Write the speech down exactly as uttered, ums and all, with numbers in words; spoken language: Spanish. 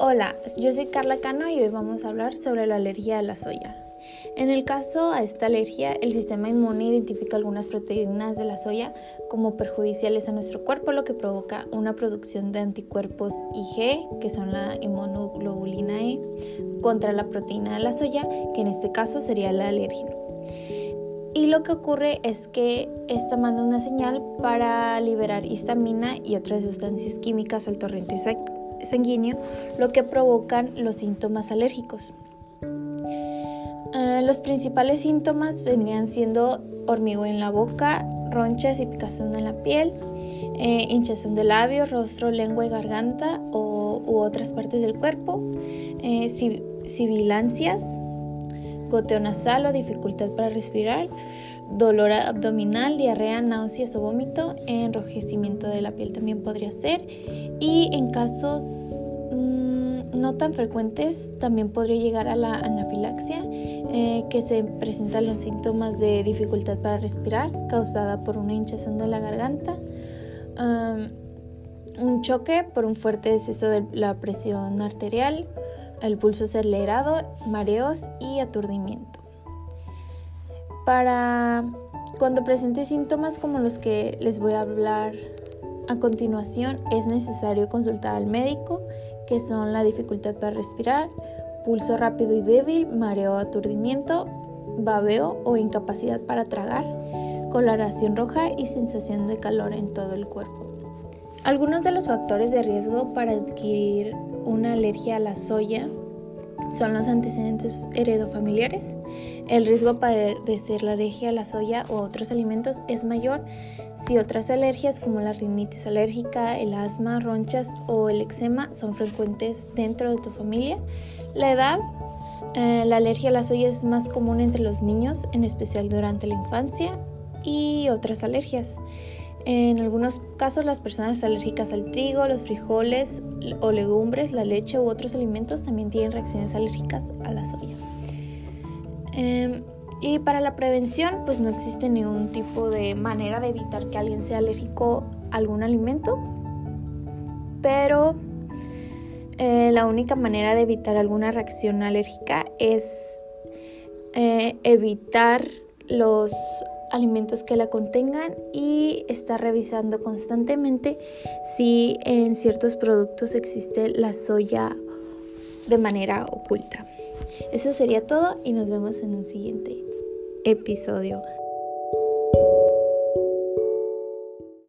Hola, yo soy Carla Cano y hoy vamos a hablar sobre la alergia a la soya. En el caso a esta alergia, el sistema inmune identifica algunas proteínas de la soya como perjudiciales a nuestro cuerpo, lo que provoca una producción de anticuerpos I G, que son la inmunoglobulina E, contra la proteína de la soya, que en este caso sería el alérgeno. Y lo que ocurre es que esta manda una señal para liberar histamina y otras sustancias químicas al torrente sanguíneo, lo que provocan los síntomas alérgicos. Uh, los principales síntomas vendrían siendo hormigueo en la boca, ronchas y picazón en la piel, eh, hinchazón de labios, rostro, lengua y garganta o, u otras partes del cuerpo, eh, sibilancias, goteo nasal o dificultad para respirar, dolor abdominal, diarrea, náuseas o vómito, enrojecimiento de la piel también podría ser, y en casos mmm, no tan frecuentes también podría llegar a la anafilaxia, eh, que se presentan los síntomas de dificultad para respirar causada por una hinchazón de la garganta, um, un choque por un fuerte exceso de la presión arterial, el pulso acelerado, mareos y aturdimiento. Para cuando presente síntomas como los que les voy a hablar a continuación, es necesario consultar al médico, que son la dificultad para respirar, pulso rápido y débil, mareo o aturdimiento, babeo o incapacidad para tragar, coloración roja y sensación de calor en todo el cuerpo. Algunos de los factores de riesgo para adquirir una alergia a la soya son los antecedentes heredofamiliares. El riesgo de padecer la alergia a la soya o a otros alimentos es mayor si otras alergias como la rinitis alérgica, el asma, ronchas o el eczema son frecuentes dentro de tu familia. La edad, eh, la alergia a la soya es más común entre los niños, en especial durante la infancia, y otras alergias. En algunos casos, las personas alérgicas al trigo, los frijoles o legumbres, la leche u otros alimentos también tienen reacciones alérgicas a la soya. Eh, y para la prevención, pues no existe ningún tipo de manera de evitar que alguien sea alérgico a algún alimento, pero eh, la única manera de evitar alguna reacción alérgica es eh, evitar los alimentos que la contengan y estar revisando constantemente si en ciertos productos existe la soya de manera oculta. Eso sería todo y nos vemos en un siguiente episodio.